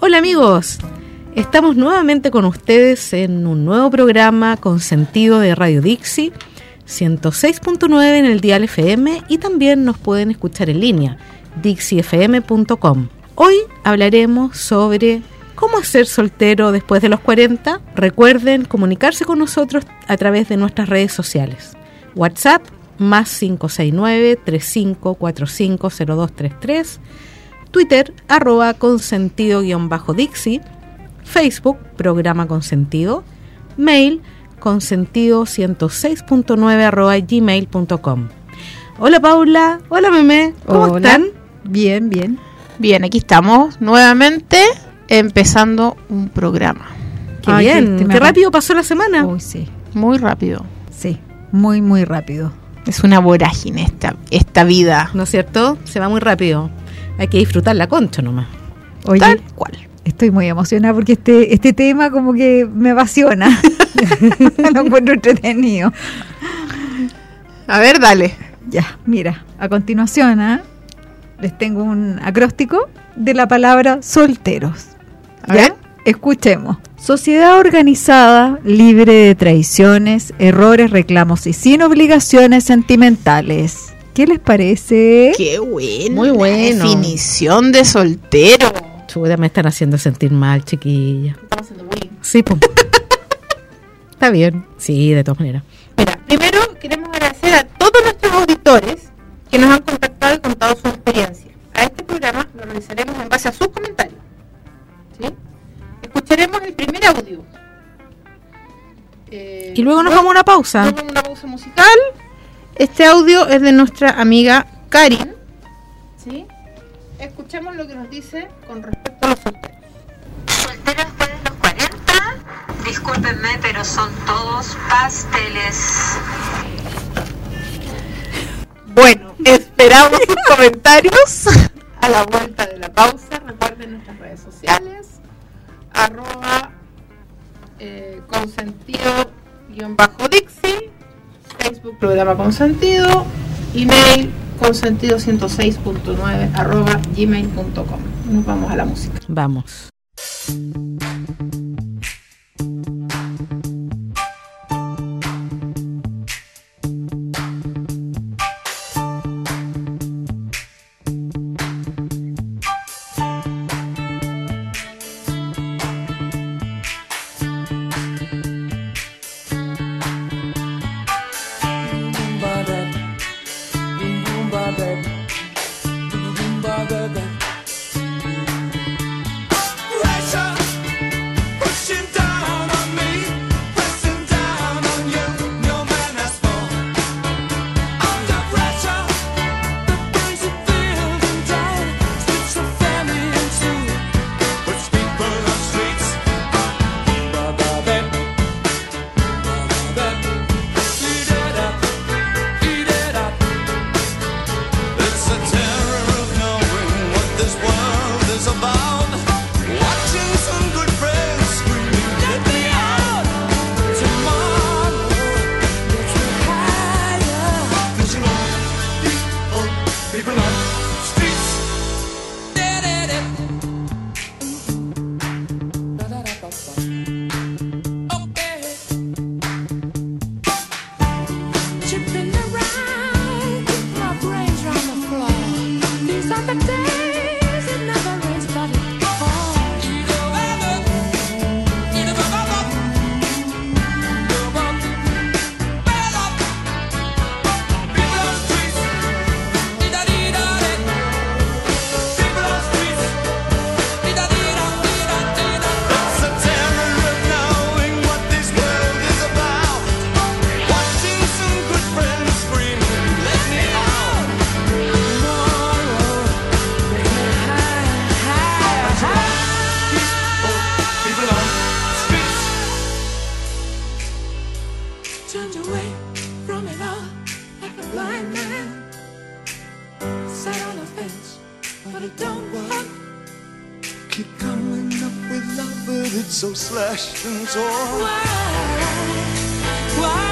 Hola amigos, estamos nuevamente con ustedes en un nuevo programa Consentido de Radio Dixie 106.9 en el dial FM y también nos pueden escuchar en línea dixiefm.com. Hoy hablaremos sobre cómo ser soltero después de los 40. Recuerden comunicarse con nosotros a través de nuestras redes sociales. WhatsApp más 569-3545-0233, Twitter @consentido_dixie, Facebook Programa Consentido, mail consentido106.9 @gmail.com. Hola Paula, hola Meme, ¿cómo están? Bien, bien. Bien, aquí estamos nuevamente empezando un programa. Qué bien, qué rápido pasó la semana. Uy, sí. Muy rápido. Sí, muy, muy rápido. Es una vorágine esta vida. ¿No es cierto? Se va muy rápido. Hay que disfrutar la concha nomás. Oye, tal cual. Estoy muy emocionada porque este tema como que me apasiona. Lo encuentro entretenido. A ver, dale. Ya, mira, a continuación les tengo un acróstico de la palabra solteros. A ver. Escuchemos. Sociedad organizada, libre de traiciones, errores, reclamos y sin obligaciones sentimentales. ¿Qué les parece? Qué bueno. Muy bueno. Definición de soltero. Chuta, me están haciendo sentir mal, chiquilla. Estamos haciendo bullying. Sí, pues. Está bien. Sí, de todas maneras. Mira, primero queremos agradecer a todos nuestros auditores que nos han contactado y contado su experiencia. A este programa lo realizaremos en base a sus comentarios. ¿Sí? Escucharemos el primer audio. Y luego nos vamos a una pausa. Luego una pausa musical. Este audio es de nuestra amiga Karin. ¿Sí? Escuchemos lo que nos dice con respecto a los solteros. Solteros después de los 40, discúlpenme, pero son todos pasteles. Bueno, esperamos sus comentarios a la vuelta de la pausa. Recuerden nuestras redes sociales, @consentido_dixie, Facebook Programa Consentido, email consentido106.9 @gmail.com. Nos vamos a la música. Vamos. So slashed and torn. Why?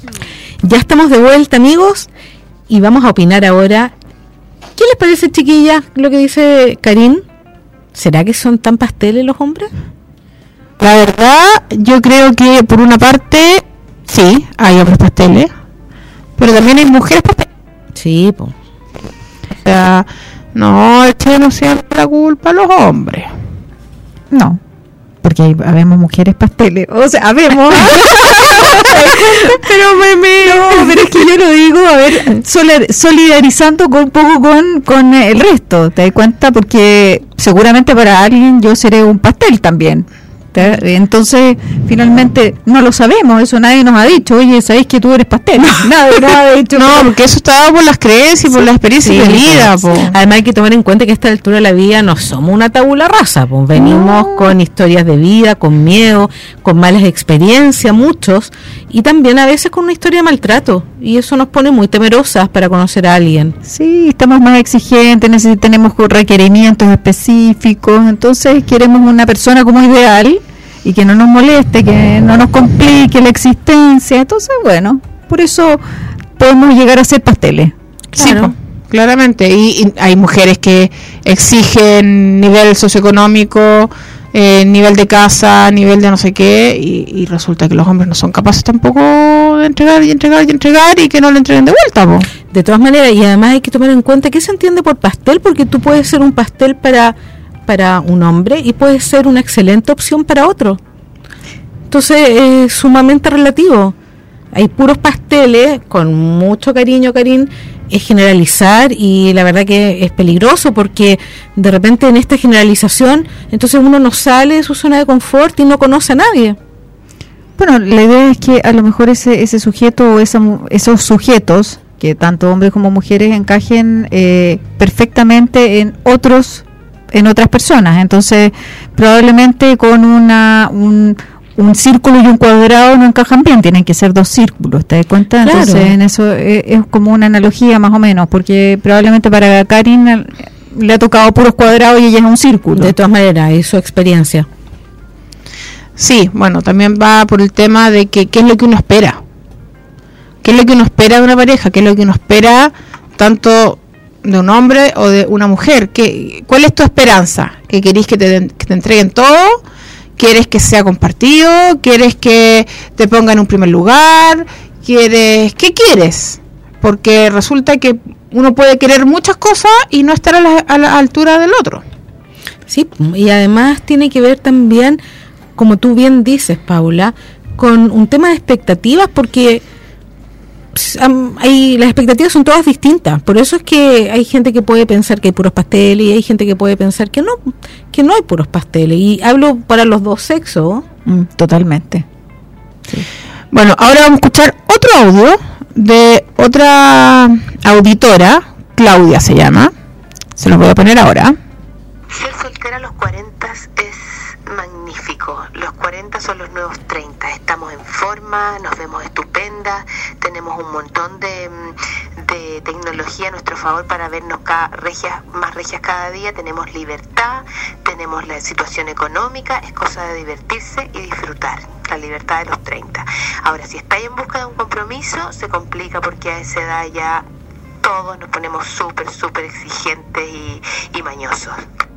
Ya estamos de vuelta, amigos, y vamos a opinar ahora. ¿Qué les parece, chiquillas, lo que dice Karin? ¿Será que son tan pasteles los hombres? La verdad, yo creo que por una parte, sí, hay hombres pasteles, pero también hay mujeres pasteles. Sí, pues. O sea, no echemos siempre la culpa a los hombres. No, porque habemos mujeres pasteles. O sea, habemos. pero es que yo lo digo, a ver, solidarizando un poco con el resto, ¿te das cuenta? Porque seguramente para alguien yo seré un pastel también. Entonces, finalmente, no lo sabemos, eso nadie nos ha dicho. Oye, ¿sabéis que tú eres pastel? Nadie ha dicho. No, porque eso está dado por las creencias y por la experiencia de vida. Po. Además hay que tomar en cuenta que a esta altura de la vida no somos una tabula rasa, pues venimos con historias de vida, con miedo, con malas experiencias, muchos, y también a veces con una historia de maltrato, y eso nos pone muy temerosas para conocer a alguien. Sí, estamos más exigentes, tenemos requerimientos específicos, entonces queremos una persona como ideal y que no nos moleste, que no nos complique la existencia. Entonces, bueno, por eso podemos llegar a ser pasteles. Claro. Sí, claramente. Y hay mujeres que exigen nivel socioeconómico, nivel de casa, nivel de no sé qué, y resulta que los hombres no son capaces tampoco de entregar y que no le entreguen de vuelta, po. De todas maneras, y además hay que tomar en cuenta que se entiende por pastel, porque tú puedes ser un pastel para un hombre y puede ser una excelente opción para otro. Entonces es sumamente relativo. Hay puros pasteles, con mucho cariño, Karin, es generalizar, y la verdad que es peligroso, porque de repente en esta generalización entonces uno no sale de su zona de confort y no conoce a nadie. Bueno, la idea es que a lo mejor ese sujeto o esos sujetos, que tanto hombres como mujeres encajen perfectamente en otras personas. Entonces probablemente con un círculo y un cuadrado no encajan bien, tienen que ser dos círculos, ¿te das cuenta? Claro. Entonces en eso es como una analogía más o menos, porque probablemente para Karin le ha tocado puros cuadrados y ella es un círculo. De todas maneras, es su experiencia. Sí, bueno, también va por el tema de que qué es lo que uno espera. ¿Qué es lo que uno espera de una pareja? ¿Qué es lo que uno espera tanto de un hombre o de una mujer? ¿Cuál es tu esperanza? ¿Que querís que te entreguen todo? ¿Quieres que sea compartido? ¿Quieres que te pongan en un primer lugar? ¿Qué quieres? Porque resulta que uno puede querer muchas cosas y no estar a la altura del otro. Sí, y además tiene que ver también, como tú bien dices, Paula, con un tema de expectativas, porque las expectativas son todas distintas. Por eso es que hay gente que puede pensar que hay puros pasteles y hay gente que puede pensar que no hay puros pasteles, y hablo para los dos sexos. Totalmente. Sí. Bueno, ahora vamos a escuchar otro audio de otra auditora, Claudia se llama, se los voy a poner ahora. Ser soltera a los 40 es magnífico. Los 40 son los nuevos 30. Estamos en forma, nos vemos estupendas, tenemos un montón de tecnología a nuestro favor para vernos más regias cada día. Tenemos libertad, tenemos la situación económica, es cosa de divertirse y disfrutar. La libertad de los 30. Ahora, si estáis en busca de un compromiso, se complica, porque a esa edad ya todos nos ponemos súper exigentes y mañosos.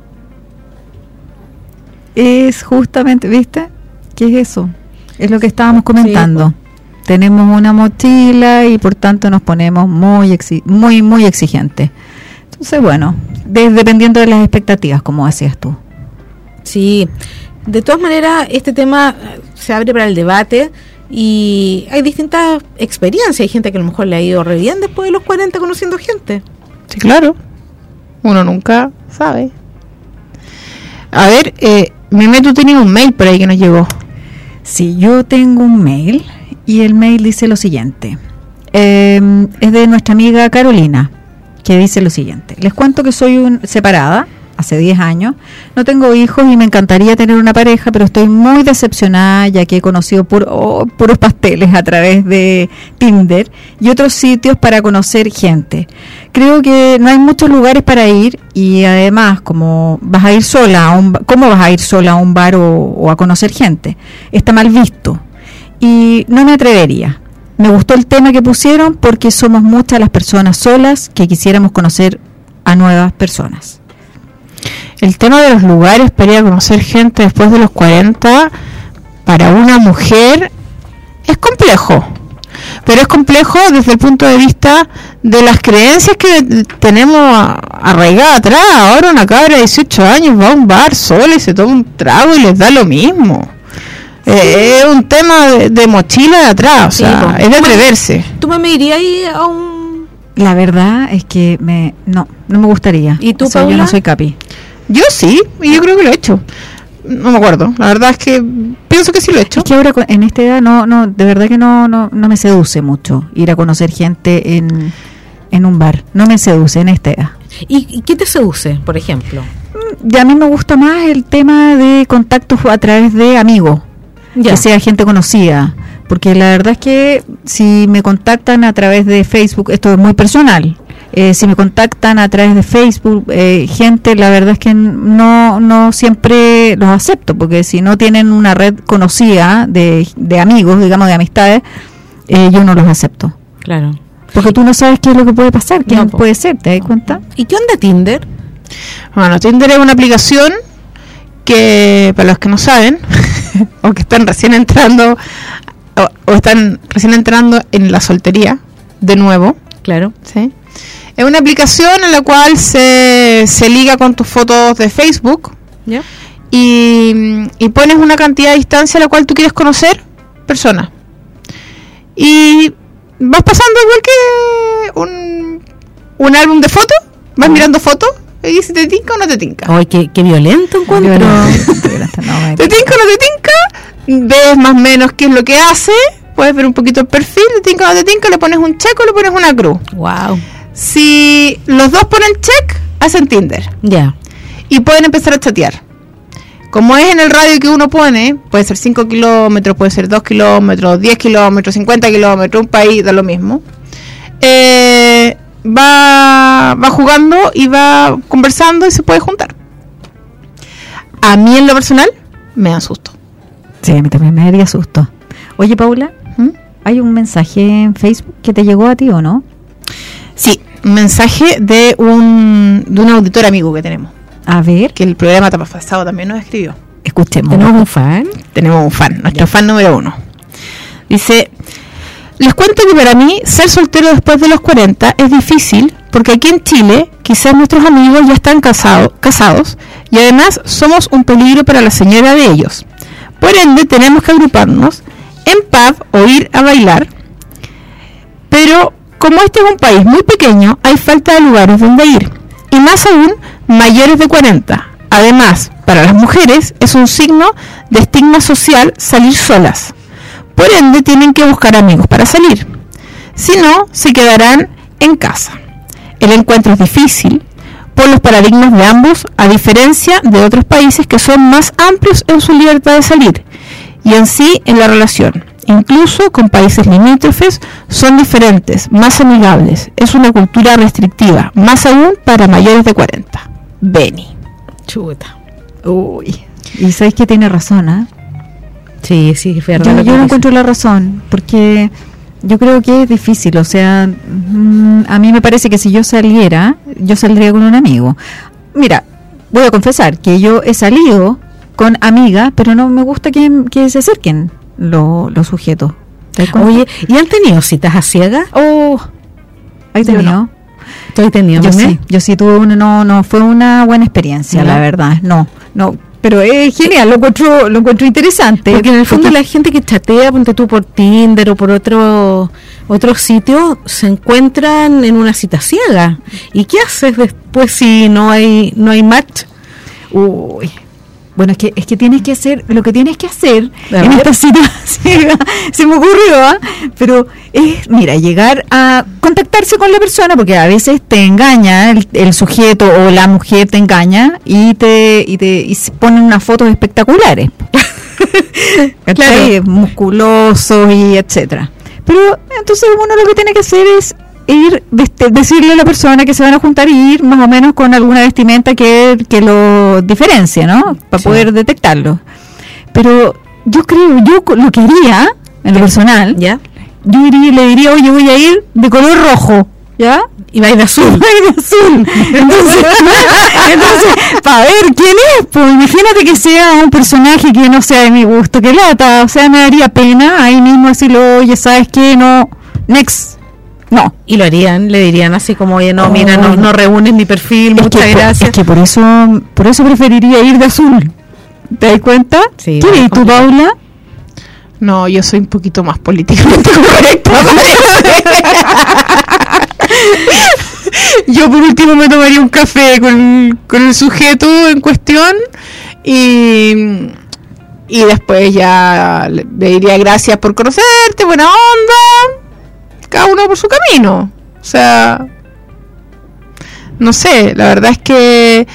Es justamente, ¿viste? ¿Qué es eso? Es lo que estábamos comentando. Sí, pues. Tenemos una mochila y por tanto nos ponemos muy exigentes. Entonces, bueno, dependiendo de las expectativas, como decías tú. Sí, de todas maneras, este tema se abre para el debate y hay distintas experiencias. Hay gente que a lo mejor le ha ido re bien después de los 40 conociendo gente. Sí, claro. Uno nunca sabe. A ver, Meme, tú tenías un mail por ahí que nos llegó. Sí, yo tengo un mail y el mail dice lo siguiente. Es de nuestra amiga Carolina, que dice lo siguiente. Les cuento que soy separada hace 10 años, no tengo hijos y me encantaría tener una pareja, pero estoy muy decepcionada, ya que he conocido puros pasteles a través de Tinder y otros sitios para conocer gente. Creo que no hay muchos lugares para ir, y además, ¿cómo vas a ir sola a un bar o a conocer gente? Está mal visto y no me atrevería. me gustó el tema que pusieron porque somos muchas las personas solas que quisiéramos conocer a nuevas personas. El tema de los lugares para ir a conocer gente después de los 40 para una mujer es complejo, pero es complejo desde el punto de vista de las creencias que tenemos arraigadas atrás. Ahora una cabra de 18 años va a un bar sola y se toma un trago y les da lo mismo. Es un tema de mochila de atrás, o sea, es de atreverse. ¿Tú me irías ahí a un...? La verdad es que no me gustaría. ¿Y tú, o sea, Paula? yo no soy capi. Yo sí, y yo creo que lo he hecho. No me acuerdo, la verdad es que pienso que sí lo he hecho. Es que ahora en esta edad no, de verdad que no me seduce mucho ir a conocer gente en un bar. No me seduce en esta edad. ¿Y qué te seduce, por ejemplo? Y a mí me gusta más el tema de contactos a través de amigos, que sea gente conocida. Porque la verdad es que si me contactan a través de Facebook, esto es muy personal. Si me contactan a través de Facebook, gente, la verdad es que no siempre los acepto, porque si no tienen una red conocida de amigos, digamos, de amistades, yo no los acepto. Claro. Porque tú no sabes qué es lo que puede pasar, quién puede ser, ¿te das cuenta? ¿Y qué onda Tinder? Bueno, Tinder es una aplicación que, para los que no saben, o que están recién entrando, o están recién entrando en la soltería, de nuevo. Claro. ¿Sí? Es una aplicación en la cual se liga con tus fotos de Facebook. ¿Ya? Y pones una cantidad de distancia a la cual tú quieres conocer personas. Y vas pasando igual que un álbum de fotos, vas mirando fotos y si te tinca o no te tinca. Ay, qué violento encuentro. ¿Te tinca o no te tinca? Ves más o menos qué es lo que hace, puedes ver un poquito el perfil, te tinca o no te tinca, le pones un check o le pones una cruz. Wow. Si los dos ponen check, hacen Tinder. Ya. Y pueden empezar a chatear. Como es en el radio que uno pone, puede ser 5 kilómetros, puede ser 2 kilómetros, 10 kilómetros, 50 kilómetros, un país, da lo mismo. Va jugando y va conversando y se puede juntar. A mí en lo personal me da susto. Sí, a mí también me daría susto. Oye, Paula, ¿hay un mensaje en Facebook que te llegó a ti o no? Sí, un mensaje de un auditor amigo que tenemos. A ver. Que el programa Tapafasado también nos escribió. Escuchemos. ¿Tenemos un fan? Tenemos un fan, nuestro fan número 1. Dice: les cuento que para mí ser soltero después de los 40 es difícil, porque aquí en Chile quizás nuestros amigos ya están casados y además somos un peligro para la señora de ellos. Por ende tenemos que agruparnos en pub o ir a bailar, pero como este es un país muy pequeño, hay falta de lugares donde ir, y más aún mayores de 40. Además, para las mujeres es un signo de estigma social salir solas. Por ende, tienen que buscar amigos para salir. Si no, se quedarán en casa. El encuentro es difícil por los paradigmas de ambos, a diferencia de otros países que son más amplios en su libertad de salir y en sí en la relación. Incluso con países limítrofes son diferentes, más amigables. Es una cultura restrictiva, más aún para mayores de 40. Beni. Chuta. Uy. Y sabes que tiene razón, ¿eh? Sí, es verdad. Yo no encuentro la razón, porque yo creo que es difícil. O sea, a mí me parece que si yo saldría con un amigo. Mira, voy a confesar que yo he salido con amigas, pero no me gusta que se acerquen los sujetos. Oye, ¿y han tenido citas a ciegas? Oh, ¿hay tenido? ¿Estoy teniendo? Yo sí tuve no fue una buena experiencia, ¿no? La verdad, no, pero es genial, lo encuentro interesante. Porque en el fondo la gente que chatea, ponte tú por Tinder o por otro sitio, se encuentran en una cita ciega. ¿Y qué haces después si no hay match? Uy. Bueno, es que tienes que hacer lo que tienes que hacer en esta cita ciega. Se me ocurrió, pero es, mira, llegar a contactarse con la persona, porque a veces te engaña el sujeto o la mujer te engaña y se ponen unas fotos espectaculares, claro, musculosos y etcétera. Pero entonces uno lo que tiene que hacer es decirle a la persona que se van a juntar y ir más o menos con alguna vestimenta que lo diferencie, ¿no? Para poder detectarlo. Pero yo lo que haría en lo personal, ¿ya? yo iría y le diría, oye, voy a ir de color rojo, ¿ya? Y va a ir de azul. Entonces, para ver quién es, pues imagínate que sea un personaje que no sea de mi gusto, que lata, o sea, me daría pena ahí mismo decirlo, oye, ¿sabes qué? No, next. No. Y lo harían, le dirían así como, oye, no, mira, no reúnes mi perfil, muchas gracias. Es que por eso preferiría ir de azul. ¿Te das cuenta? Sí. ¿Qué eres tú, Paula? No, yo soy un poquito más políticamente correcta. Yo por último me tomaría un café con el sujeto en cuestión y después ya le diría gracias por conocerte, buena onda, cada uno por su camino. O sea, no sé, la verdad es que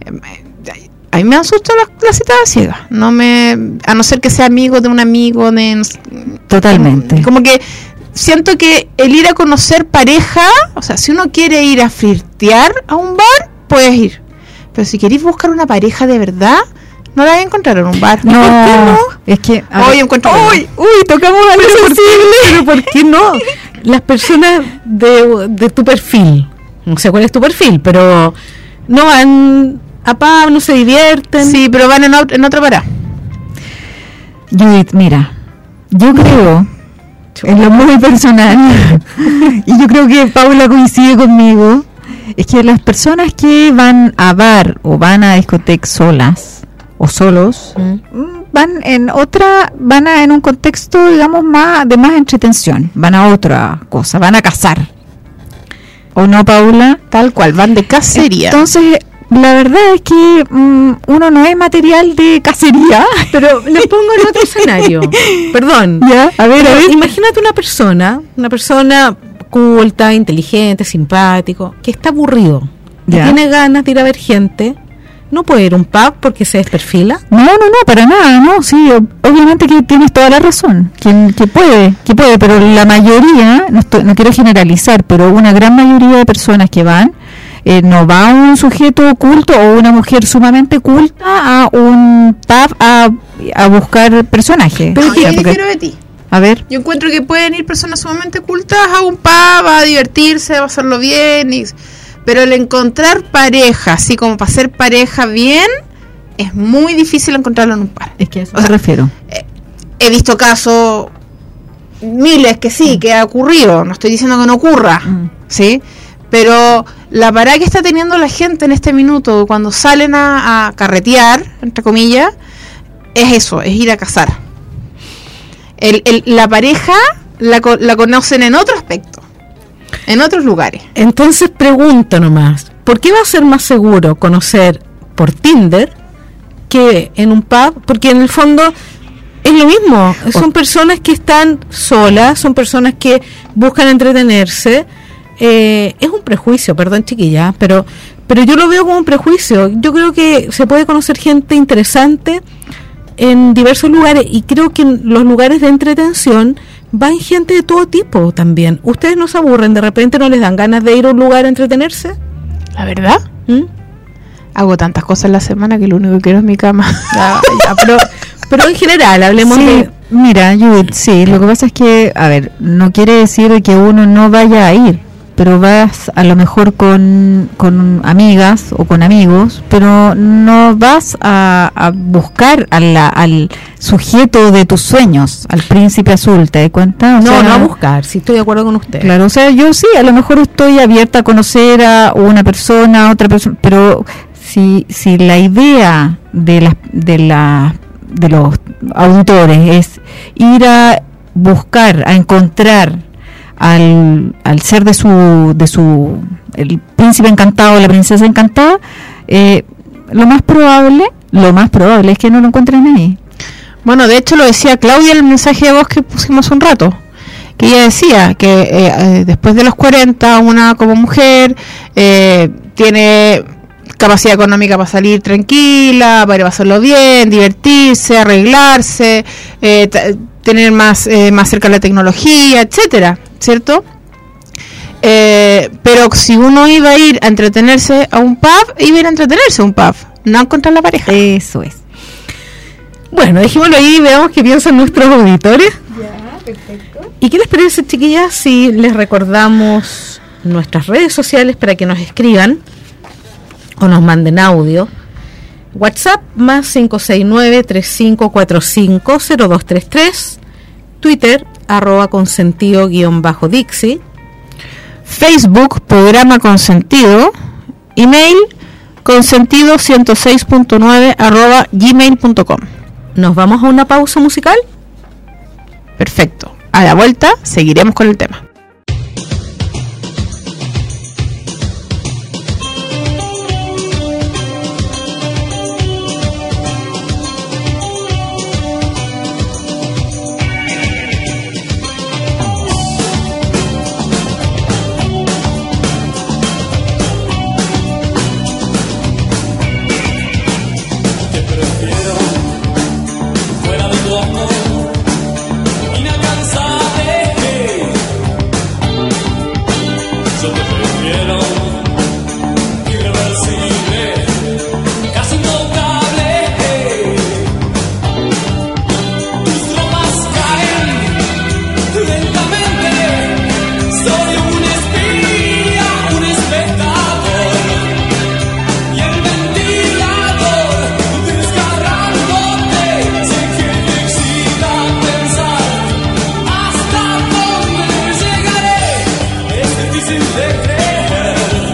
a mí me dan susto las citas ciegas. A no ser que sea amigo de un amigo Totalmente. Como que siento que el ir a conocer pareja, o sea, si uno quiere ir a flirtear a un bar, puedes ir. Pero si queréis buscar una pareja de verdad, no la vas a encontrar en un bar. No, ¿Por qué no? Es que Hoy encuentro. tocamos algo sensible. Pero ¿por qué no? Las personas de tu perfil, no sé cuál es tu perfil, pero no van a pub, no se divierten. Sí, pero van en otra parada. Judith, mira, yo creo, en lo muy personal, y yo creo que Paula coincide conmigo, es que las personas que van a bar o van a discoteca solas o solos, van en un contexto, digamos, de más entretención, van a otra cosa, van a cazar. ¿O no, Paula? Tal cual, van de cacería. Entonces, la verdad es que uno no es material de cacería. Pero le pongo en otro escenario. Perdón. Ya, a ver. Imagínate una persona culta, inteligente, simpático, que está aburrido, que Ya. tiene ganas de ir a ver gente. No puede ir a un pub porque se desperfila. No, para nada, no, sí, obviamente que tienes toda la razón, que puede, pero la mayoría, no quiero generalizar, pero una gran mayoría de personas que van, no va un sujeto culto o una mujer sumamente culta a un pub a buscar personajes. Pero O sea, ¿qué porque- quiero de ti? a ver, Yo encuentro que pueden ir personas sumamente cultas a un pub, a divertirse, a pasarlo bien, pero el encontrar pareja, así como para ser pareja bien, es muy difícil encontrarlo en un par. es que a eso O me sea, refiero. He visto casos, miles que sí, que ha ocurrido, no estoy diciendo que no ocurra, ¿sí? Pero la parada que está teniendo la gente en este minuto, cuando salen a carretear, entre comillas, es eso, es ir a cazar. La pareja la conocen en otro aspecto, en otros lugares. Entonces pregunto nomás, ¿por qué va a ser más seguro conocer por Tinder que en un pub? Porque en el fondo es lo mismo, son personas que están solas, son personas que buscan entretenerse. Es un prejuicio, perdón chiquilla, pero yo lo veo como un prejuicio. Yo creo que se puede conocer gente interesante en diversos lugares, y creo que en los lugares de entretención van gente de todo tipo también. ¿Ustedes no se aburren? ¿De repente no les dan ganas de ir a un lugar a entretenerse? La verdad, ¿Mm? hago tantas cosas en la semana que lo único que quiero es mi cama. Ya, pero en general, hablemos Sí, de... mira, Judith, sí, lo que pasa es que, a ver, no quiere decir que uno no vaya a ir, pero vas a lo mejor con amigas o con amigos, pero no vas a buscar al sujeto de tus sueños, al príncipe azul, ¿te das cuenta? O No, sea, no a buscar, sí estoy de acuerdo con usted. Claro, o sea, yo sí, a lo mejor estoy abierta a conocer a una persona, a otra persona, pero si la idea de los auditores es ir a buscar, a encontrar al ser de su el príncipe encantado, la princesa encantada, lo más probable es que no lo encuentren ahí. Bueno, de hecho lo decía Claudia en el mensaje de voz que pusimos un rato, que ella decía que después de los 40 una como mujer tiene capacidad económica para salir tranquila, para pasarlo bien, divertirse, arreglarse, tener más cerca la tecnología, etcétera, ¿cierto? Pero si uno iba a ir a entretenerse a un pub, iba a ir a entretenerse a un pub, no a encontrar la pareja. Eso es. Bueno, dejémoslo ahí y veamos qué piensan nuestros auditores. Ya, perfecto. ¿Y qué les parece, chiquillas, si les recordamos nuestras redes sociales para que nos escriban o nos manden audio? WhatsApp más 569-3545-0233, Twitter @consentido_Dixie, Facebook, programa Consentido, email consentido106.9 ¿Nos vamos a una pausa musical? Perfecto. A la vuelta seguiremos con el tema. Difícil de creer.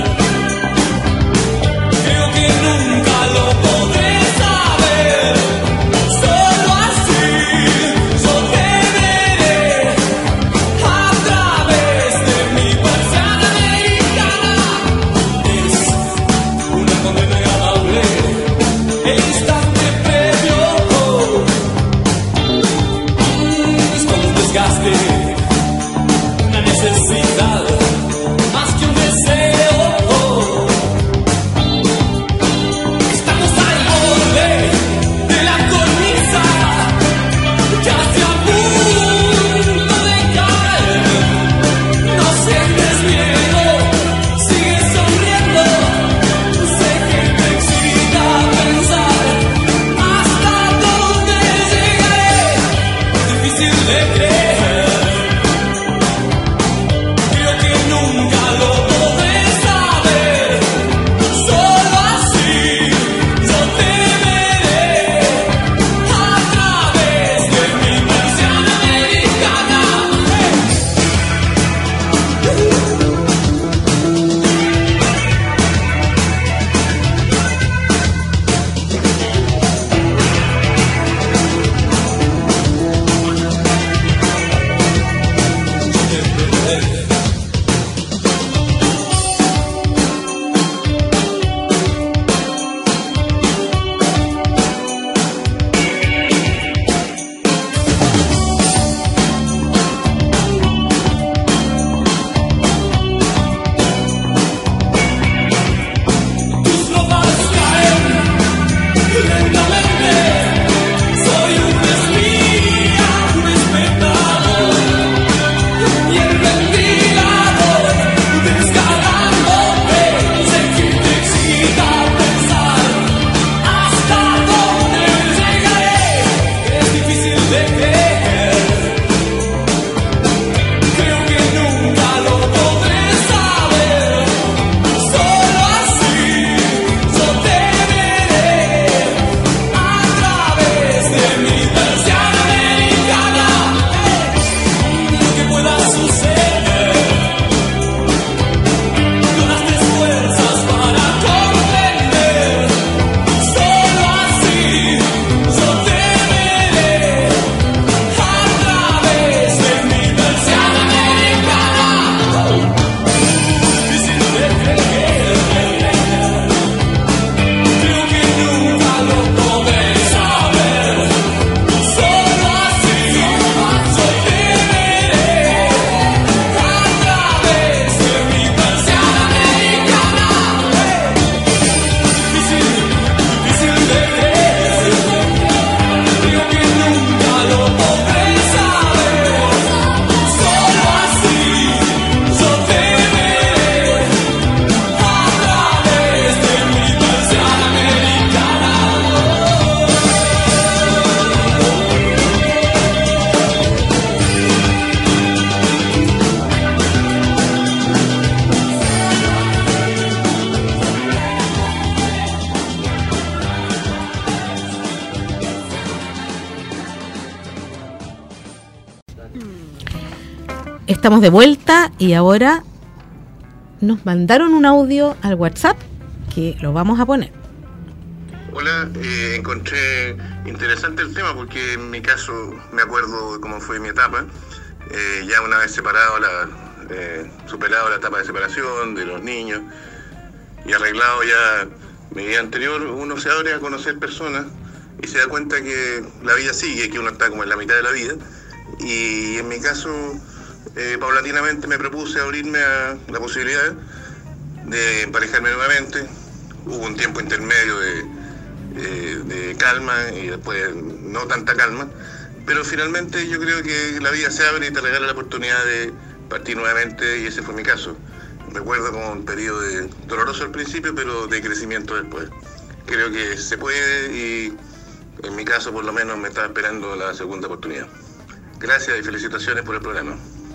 Estamos de vuelta y ahora nos mandaron un audio al WhatsApp que lo vamos a poner. Hola, encontré interesante el tema porque en mi caso me acuerdo de cómo fue mi etapa. Ya una vez superado la etapa de separación de los niños y arreglado ya mi vida anterior, uno se abre a conocer personas y se da cuenta que la vida sigue, que uno está como en la mitad de la vida. Y en mi caso, paulatinamente me propuse abrirme a la posibilidad de emparejarme nuevamente. Hubo un tiempo intermedio de calma y después no tanta calma, pero finalmente yo creo que la vida se abre y te regala la oportunidad de partir nuevamente, y ese fue mi caso. Recuerdo como un periodo doloroso al principio, pero de crecimiento después. Creo que se puede y en mi caso por lo menos me está esperando la segunda oportunidad. Gracias y felicitaciones por el programa.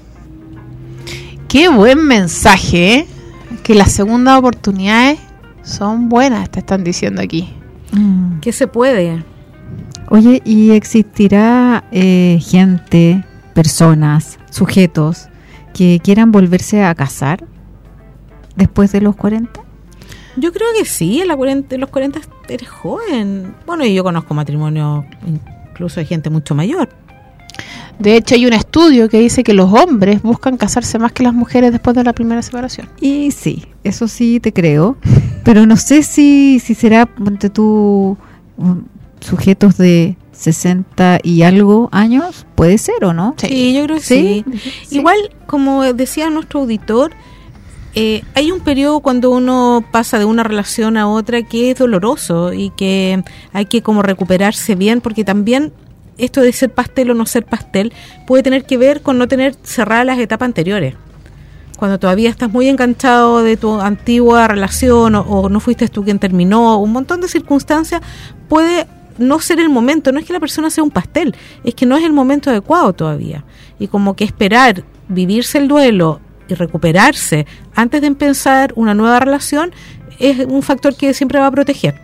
Qué buen mensaje, ¿eh? Que las segundas oportunidades son buenas, te están diciendo aquí. ¿Qué se puede? Oye, ¿y existirá gente, personas, sujetos que quieran volverse a casar después de los 40? Yo creo que sí, en los 40 eres joven. Bueno, y yo conozco matrimonios incluso de gente mucho mayor. De hecho, hay un estudio que dice que los hombres buscan casarse más que las mujeres después de la primera separación. Y sí, eso sí te creo, pero no sé si será, ponte tú, sujetos de 60 y algo años, ¿puede ser o no? Sí, yo creo que sí. Igual, como decía nuestro auditor, hay un periodo cuando uno pasa de una relación a otra que es doloroso y que hay que como recuperarse bien, porque también esto de ser pastel o no ser pastel puede tener que ver con no tener cerradas las etapas anteriores. Cuando todavía estás muy enganchado de tu antigua relación o no fuiste tú quien terminó, un montón de circunstancias, puede no ser el momento. No es que la persona sea un pastel, es que no es el momento adecuado todavía. Y como que esperar, vivirse el duelo y recuperarse antes de empezar una nueva relación es un factor que siempre va a proteger.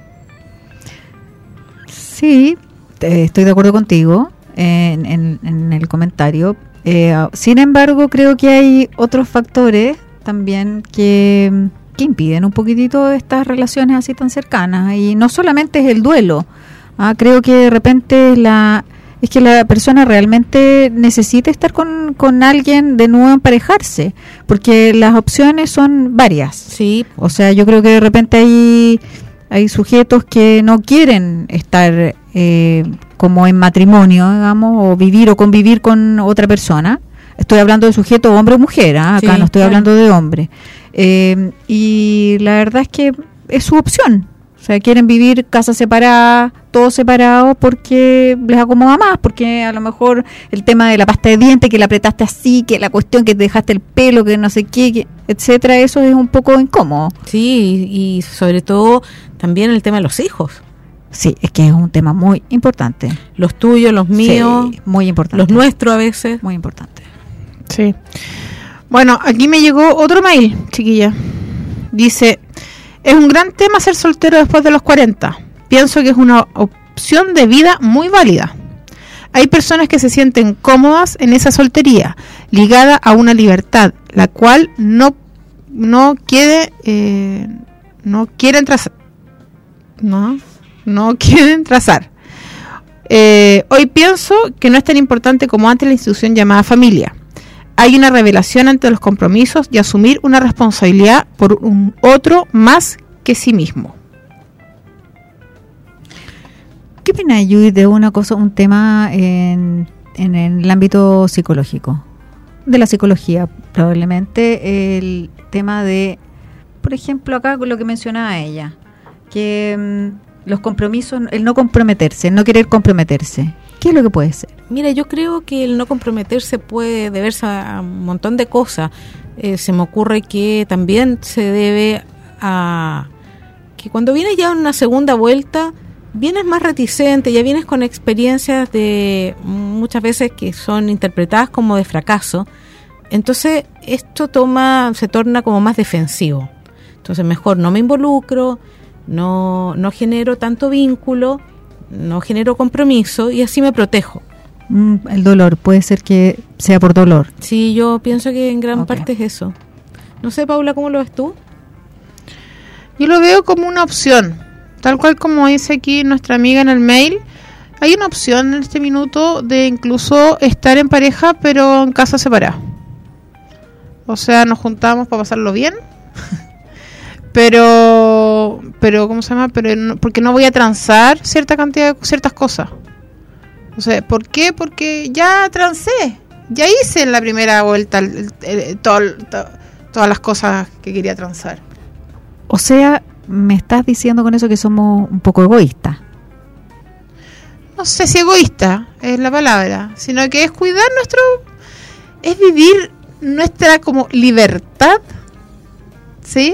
Sí, estoy de acuerdo contigo en el comentario. Sin embargo, creo que hay otros factores también que impiden un poquitito estas relaciones así tan cercanas. Y no solamente es el duelo. Creo que de repente es que la persona realmente necesita estar con alguien de nuevo, emparejarse, porque las opciones son varias. Sí. O sea, yo creo que de repente hay sujetos que no quieren estar como en matrimonio, digamos, o vivir o convivir con otra persona. Estoy hablando de sujeto hombre o mujer, acá sí, no estoy hablando de hombre. Y la verdad es que es su opción. O sea, quieren vivir casa separada, todo separado, porque les acomoda más, porque a lo mejor el tema de la pasta de dientes, que la apretaste así, que la cuestión que te dejaste el pelo, que no sé qué, etcétera, eso es un poco incómodo. Sí, y sobre todo también el tema de los hijos. Sí, es que es un tema muy importante. Los tuyos, los míos, sí, muy importante. Los nuestros a veces. Muy importante. Sí. Bueno, aquí me llegó otro mail, chiquilla. Dice: es un gran tema ser soltero después de los 40. Pienso que es una opción de vida muy válida. Hay personas que se sienten cómodas en esa soltería, ligada a una libertad, la cual no quieren trazar. Hoy pienso que no es tan importante como antes la institución llamada familia. Hay una revelación ante los compromisos y asumir una responsabilidad por un otro más que sí mismo. ¿Qué opinas, Judith, de un tema en el ámbito psicológico? De la psicología, probablemente, el tema de, por ejemplo, acá con lo que mencionaba ella, que los compromisos, el no comprometerse, el no querer comprometerse. ¿Qué es lo que puede ser? Mira, yo creo que el no comprometerse puede deberse a un montón de cosas. Se me ocurre que también se debe a que cuando vienes ya en una segunda vuelta, vienes más reticente, ya vienes con experiencias de muchas veces que son interpretadas como de fracaso. Entonces esto se torna como más defensivo. Entonces mejor no me involucro, no genero tanto vínculo, no genero compromiso y así me protejo. El dolor, puede ser que sea por dolor. Sí, yo pienso que en gran Ok. parte es eso. No sé, Paula, ¿cómo lo ves tú? Yo lo veo como una opción, tal cual como dice aquí nuestra amiga en el mail. Hay una opción en este minuto de incluso estar en pareja, pero en casa separada. O sea, nos juntamos para pasarlo bien, pero ¿cómo se llama? Pero no, porque no voy a transar ciertas cosas. O sea, ¿por qué? Porque ya transé, ya hice en la primera vuelta todas las cosas que quería transar. O sea, me estás diciendo con eso que somos un poco egoístas. No sé si egoísta es la palabra, sino que es cuidar es vivir nuestra como libertad, ¿sí?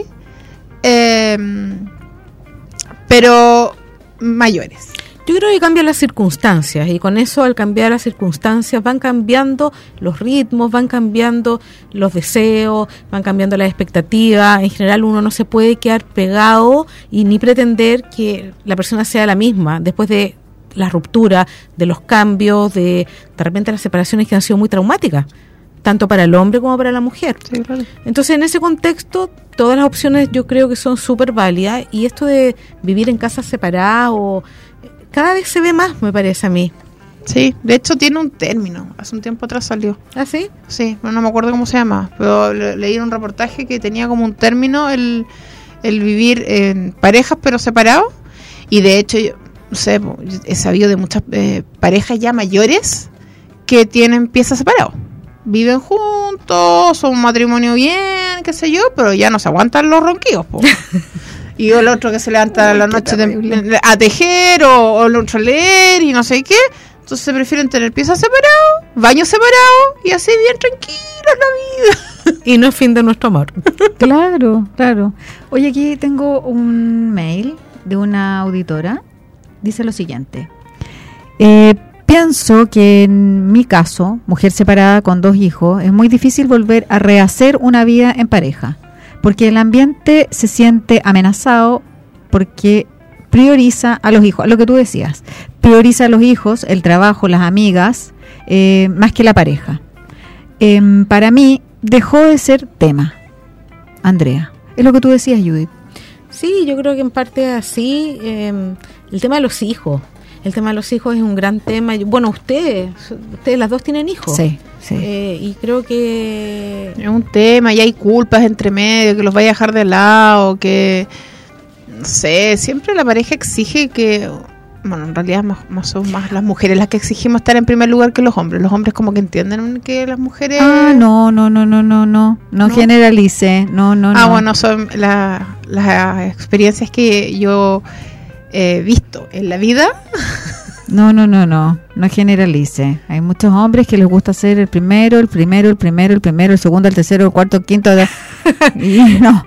Pero mayores. Yo creo que cambian las circunstancias y con eso, al cambiar las circunstancias, van cambiando los ritmos, van cambiando los deseos, van cambiando las expectativas. En general uno no se puede quedar pegado y ni pretender que la persona sea la misma después de la ruptura, de los cambios, de repente las separaciones que han sido muy traumáticas, tanto para el hombre como para la mujer. Sí, claro. Entonces, en ese contexto, todas las opciones yo creo que son súper válidas, y esto de vivir en casas separadas cada vez se ve más, me parece a mí. Sí, de hecho tiene un término, hace un tiempo atrás salió. ¿Ah, sí? Sí, no me acuerdo cómo se llama, pero leí en un reportaje que tenía como un término el vivir en parejas pero separados, y de hecho yo no sé, he sabido de muchas parejas ya mayores que tienen piezas separados. Viven juntos, son un matrimonio bien, qué sé yo, pero ya no se aguantan los ronquidos, po. Y el otro que se levanta a la noche a tejer o el otro a leer y no sé qué. Entonces prefieren tener piezas separadas, baños separados y así bien tranquila la vida. Y no es fin de nuestro amor. Claro, claro. Oye, aquí tengo un mail de una auditora. Dice lo siguiente. Pienso que en mi caso, mujer separada con 2 hijos, es muy difícil volver a rehacer una vida en pareja, porque el ambiente se siente amenazado, porque prioriza a los hijos, lo que tú decías, prioriza a los hijos, el trabajo, las amigas, más que la pareja. Para mí dejó de ser tema, Andrea. Es lo que tú decías, Judith. Sí, yo creo que en parte así. El tema de los hijos. El tema de los hijos es un gran tema. Bueno, ustedes las dos tienen hijos. Sí, sí. Y creo que es un tema y hay culpas entre medio, que los vaya a dejar de lado, que no sé, siempre la pareja exige que, bueno, en realidad son más las mujeres las que exigimos estar en primer lugar que los hombres. Los hombres como que entienden que las mujeres... No generalice, no. Bueno, son las experiencias que yo he visto en la vida. No generalice. Hay muchos hombres que les gusta ser el primero, el segundo, el tercero, el cuarto, el quinto. Y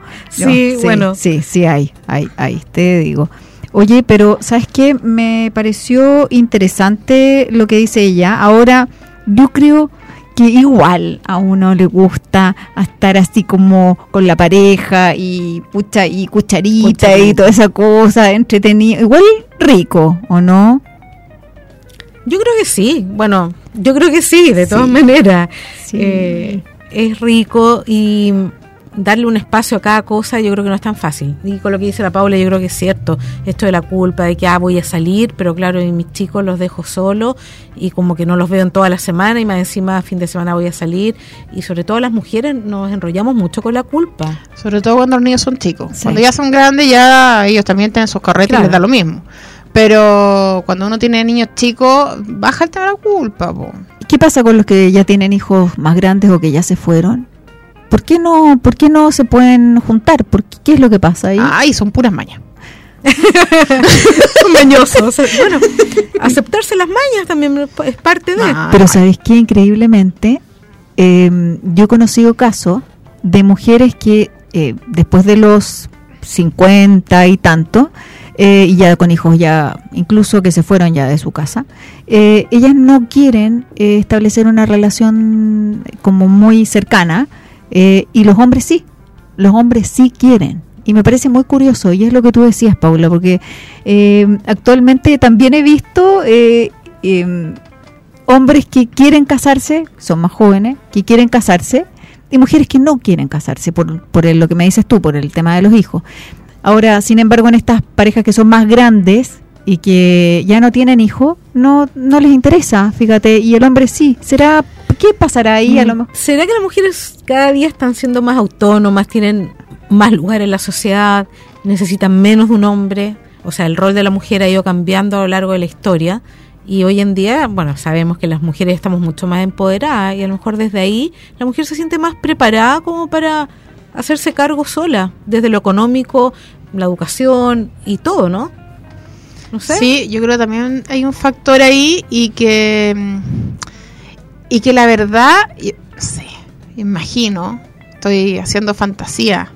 Sí, hay, te digo. Oye, pero ¿sabes qué? Me pareció interesante lo que dice ella. Ahora, yo creo que igual a uno le gusta estar así como con la pareja y cucharita y toda esa cosa, entretenido. Igual rico, ¿o no? yo creo que sí. Bueno, yo creo que sí, de todas maneras. Sí. Es rico y darle un espacio a cada cosa yo creo que no es tan fácil. Y con lo que dice la Paula yo creo que es cierto, esto de la culpa de que voy a salir, pero claro, y mis chicos los dejo solos y como que no los veo en toda la semana y más encima fin de semana voy a salir, y sobre todo las mujeres nos enrollamos mucho con la culpa. Sobre todo cuando los niños son chicos. Sí. Cuando ya son grandes ya ellos también tienen sus carretes, claro, y les da lo mismo. Pero cuando uno tiene niños chicos, baja el tema de la culpa, po. ¿Qué pasa con los que ya tienen hijos más grandes o que ya se fueron? ¿Por qué no se pueden juntar? ¿Qué es lo que pasa ahí? Son puras mañas. Son mañosos. Bueno, aceptarse las mañas también es parte de... Pero ¿sabes qué? Increíblemente, yo he conocido casos de mujeres que después de los 50 y tanto, y ya con hijos ya, incluso que se fueron ya de su casa, ellas no quieren establecer una relación como muy cercana, y los hombres sí quieren. Y me parece muy curioso, y es lo que tú decías, Paula, porque actualmente también he visto hombres que quieren casarse, son más jóvenes, que quieren casarse, y mujeres que no quieren casarse, por lo que me dices tú, por el tema de los hijos. Ahora, sin embargo, en estas parejas que son más grandes y que ya no tienen hijos, no les interesa, fíjate, y el hombre sí. ¿Qué pasará ahí? A lo mejor? ¿Será que las mujeres cada día están siendo más autónomas, tienen más lugar en la sociedad, necesitan menos de un hombre? O sea, el rol de la mujer ha ido cambiando a lo largo de la historia, y hoy en día, bueno, sabemos que las mujeres estamos mucho más empoderadas, y a lo mejor desde ahí la mujer se siente más preparada como para hacerse cargo sola, desde lo económico, la educación y todo, ¿no? No sé. Sí, yo creo que también hay un factor ahí y que la verdad, no sé, imagino, estoy haciendo fantasía.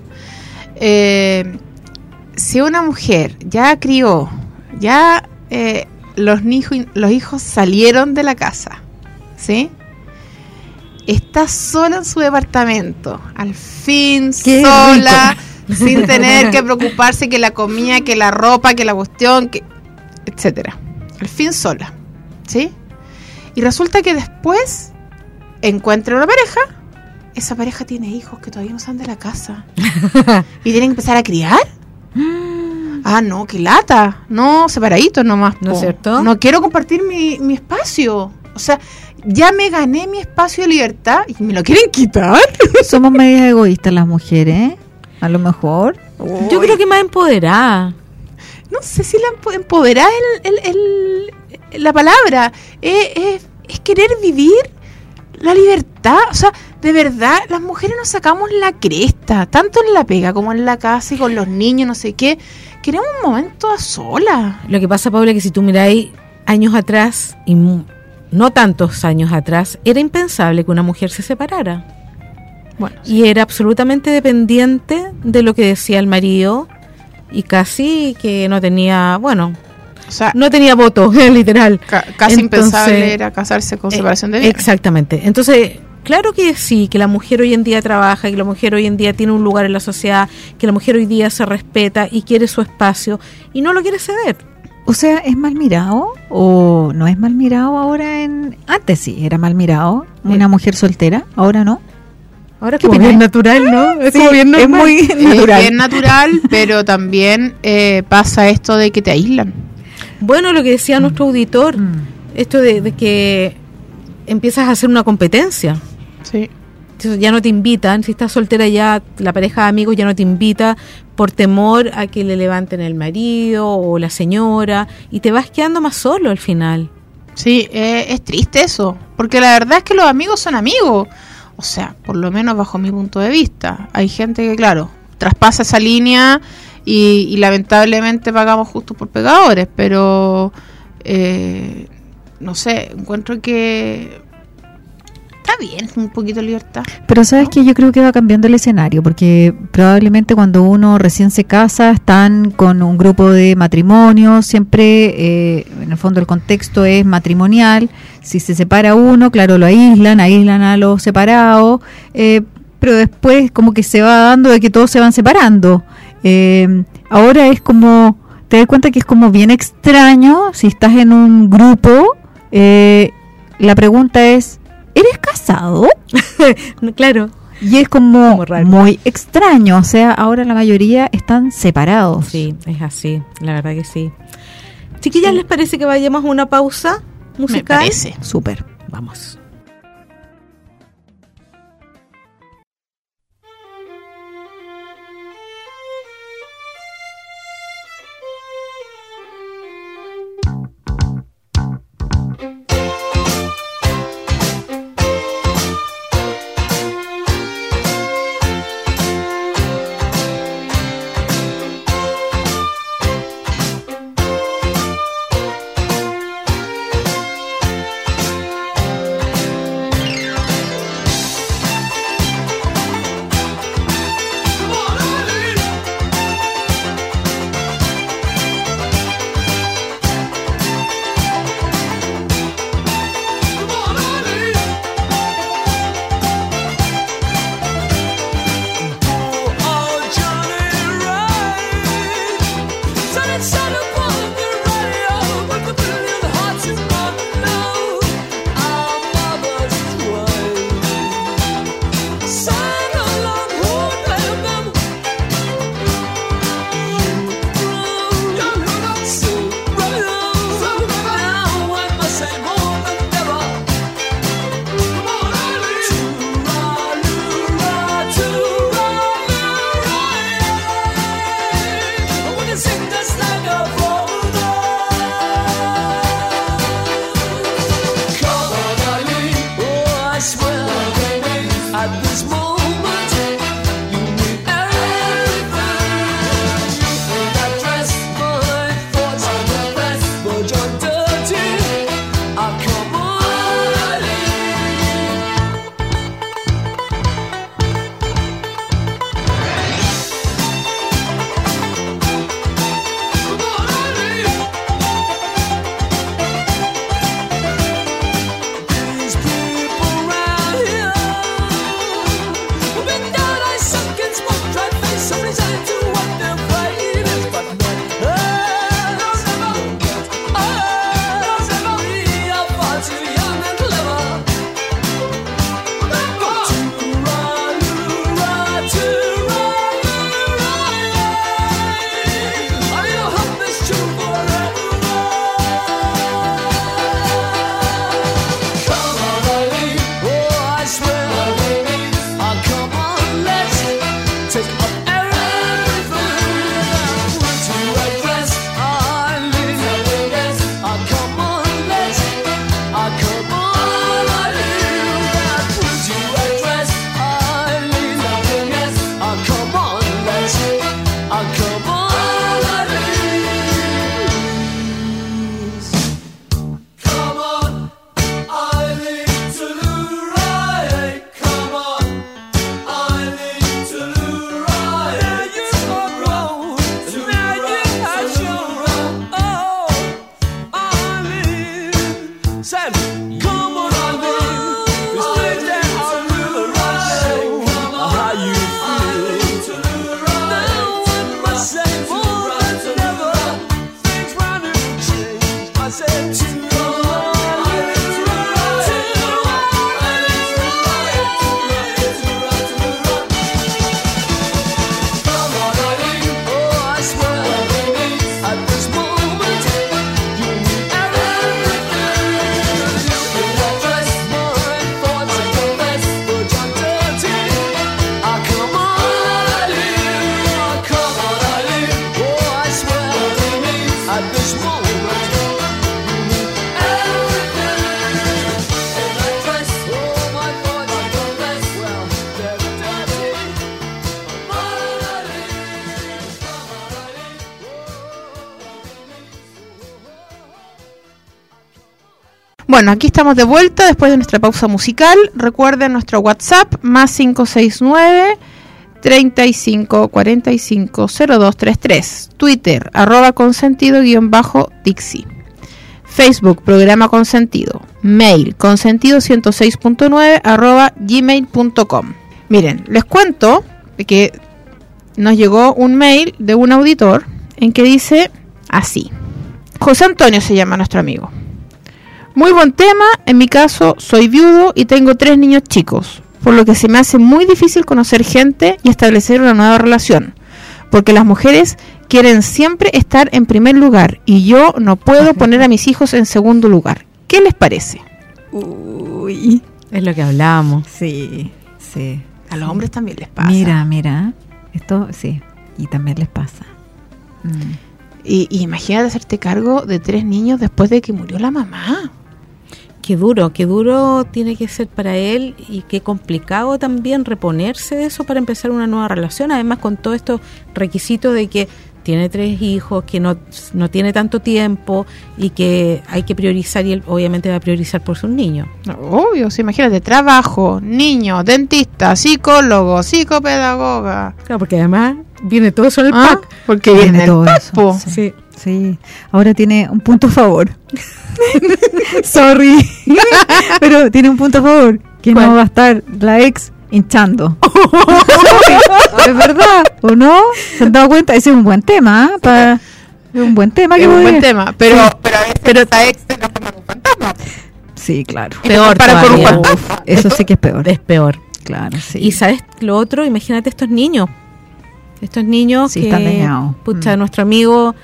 Si una mujer ya crió, ya los hijos salieron de la casa, ¿sí? Está sola en su departamento, al fin ¡qué sola, rico! sin tener que preocuparse que la comida, que la ropa, que la cuestión, que etcétera. Al fin sola, ¿sí? Y resulta que después encuentra una pareja, esa pareja tiene hijos que todavía no salen de la casa y tienen que empezar a criar. Ah, no, qué lata. No, separaditos nomás. ¿No es cierto? No quiero compartir mi espacio. O sea, ya me gané mi espacio de libertad y me lo quieren quitar. Somos medias egoístas las mujeres, a lo mejor. Yo creo que más empoderada. No sé si la empoderada la palabra. Es querer vivir la libertad. O sea, de verdad, las mujeres nos sacamos la cresta, tanto en la pega como en la casa y con los niños, no sé qué. Queremos un momento a solas. Lo que pasa, Paula, que si tú miráis años atrás, y no tantos años atrás, era impensable que una mujer se separara. Bueno, Y era absolutamente dependiente de lo que decía el marido, y casi que no tenía, bueno, o sea, no tenía voto, literal. casi Entonces, impensable era casarse con separación de bienes. Exactamente. Entonces, claro que sí, que la mujer hoy en día trabaja, que la mujer hoy en día tiene un lugar en la sociedad, que la mujer hoy día se respeta y quiere su espacio y no lo quiere ceder. O sea, ¿es mal mirado o no es mal mirado ahora? Antes sí, era mal mirado una mujer soltera, ahora no. Ahora ¿Qué como opinas? bien natural, ¿no? Es Sí, como bien es normal. muy natural. Es bien natural, pero también pasa esto de que te aíslan. Bueno, lo que decía nuestro auditor, esto de que empiezas a hacer una competencia. Sí. Entonces ya no te invitan, si estás soltera ya, la pareja de amigos ya no te invita por temor a que le levanten el marido o la señora, y te vas quedando más solo al final. Sí, es triste eso, porque la verdad es que los amigos son amigos. O sea, por lo menos bajo mi punto de vista. Hay gente que, claro, traspasa esa línea y lamentablemente pagamos justo por pecadores, pero no sé, encuentro que está bien un poquito de libertad. Pero sabes que yo creo que va cambiando el escenario, porque probablemente cuando uno recién se casa están con un grupo de matrimonio, siempre en el fondo el contexto es matrimonial. Si se separa uno, claro, lo aíslan a los separados, pero después como que se va dando de que todos se van separando. Ahora es como, te das cuenta que es como bien extraño si estás en un grupo. La pregunta es, ¿eres casado? Claro. Y es como raro. muy extraño. O sea, ahora la mayoría están separados. Sí, es así, la verdad que sí. Chiquillas, ¿les parece que vayamos a una pausa musical? Me parece. Súper. Vamos. Bueno, aquí estamos de vuelta después de nuestra pausa musical. Recuerden nuestro WhatsApp, más 569-3545-0233. Twitter, @consentido_Dixie. Facebook, Programa Consentido. Mail, consentido106.9 @gmail.com. Miren, les cuento que nos llegó un mail de un auditor en que dice así. José Antonio se llama nuestro amigo. Muy buen tema, en mi caso soy viudo y tengo 3 niños chicos, por lo que se me hace muy difícil conocer gente y establecer una nueva relación, porque las mujeres quieren siempre estar en primer lugar y yo no puedo poner a mis hijos en segundo lugar. ¿Qué les parece? Uy, Es lo que hablábamos. sí, sí. A los hombres también les pasa. Mira, esto sí, y también les pasa. Y imagínate hacerte cargo de 3 niños después de que murió la mamá. Qué duro tiene que ser para él y qué complicado también reponerse de eso para empezar una nueva relación, además con todos estos requisitos de que tiene 3 hijos, que no tiene tanto tiempo y que hay que priorizar, y él obviamente va a priorizar por sus niños. Obvio, sí, imagínate, trabajo, niño, dentista, psicólogo, psicopedagoga. Claro, porque además viene todo sobre el pack. Porque viene todo el eso. papo. Sí. Sí, ahora tiene un punto a favor. Sorry. Pero tiene un punto a favor, que ¿Cuál? no va a estar la ex hinchando. ¿Es verdad? ¿O no? ¿Se han dado cuenta? Ese es un buen tema, ¿eh? Es un buen tema. Es que un buen podría- tema, pero a veces esa ex se transforma en un fantasma. Sí, claro. Peor Para con un todavía. fantasma. Eso sí que es peor. Es peor. Claro, sí. Y sabes lo otro, imagínate estos niños Sí, que están dañados. pucha, nuestro amigo,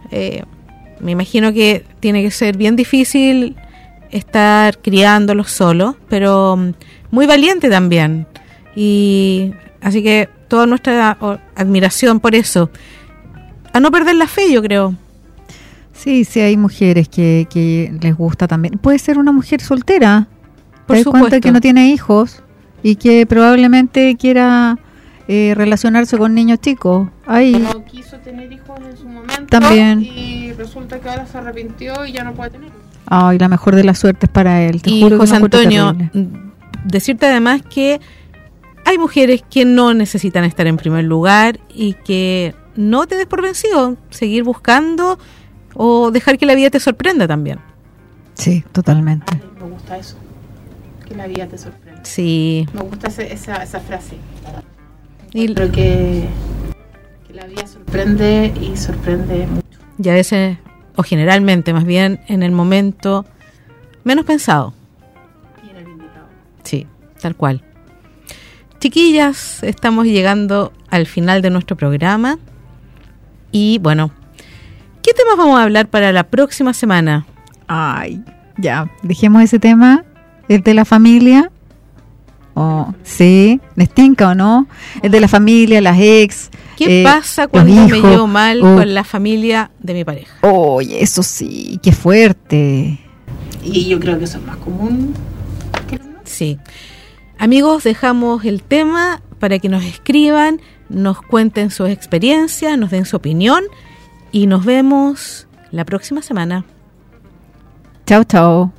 me imagino que tiene que ser bien difícil estar criándolos solo, pero muy valiente también, y así que toda nuestra admiración por eso, a no perder la fe, yo creo. Sí, hay mujeres que les gusta también. Puede ser una mujer soltera, Por te das cuenta supuesto. que no tiene hijos y que probablemente quiera relacionarse con niños chicos. Ay, No quiso tener hijos en su momento. También. Y resulta que ahora se arrepintió y ya no puede tenerlos. ay, la mejor de la suerte es para él. Te Y juro que José lo encuentro Antonio, terrible. decirte además que hay mujeres que no necesitan estar en primer lugar y que no te des por vencido, seguir buscando o dejar que la vida te sorprenda también. Sí, totalmente. Ay, me gusta eso. Que la vida te sorprende. Sí. Me gusta esa frase. Y, Creo que la vida sorprende y sorprende mucho. y a veces, o generalmente más bien, en el momento menos pensado. Y en el invitado. Sí, tal cual. Chiquillas, estamos llegando al final de nuestro programa. Y bueno, ¿qué temas vamos a hablar para la próxima semana? Ay, ya, dejemos ese tema, el de la familia. Oh, sí, ¿les tinca o no? El de la familia, las ex. ¿Qué pasa los cuando me hijos. llevo mal con la familia de mi pareja? Oye, eso sí, qué fuerte. Y yo creo que eso es más común que no. Sí. Amigos, dejamos el tema para que nos escriban, nos cuenten sus experiencias, nos den su opinión y nos vemos la próxima semana. Chao, chao.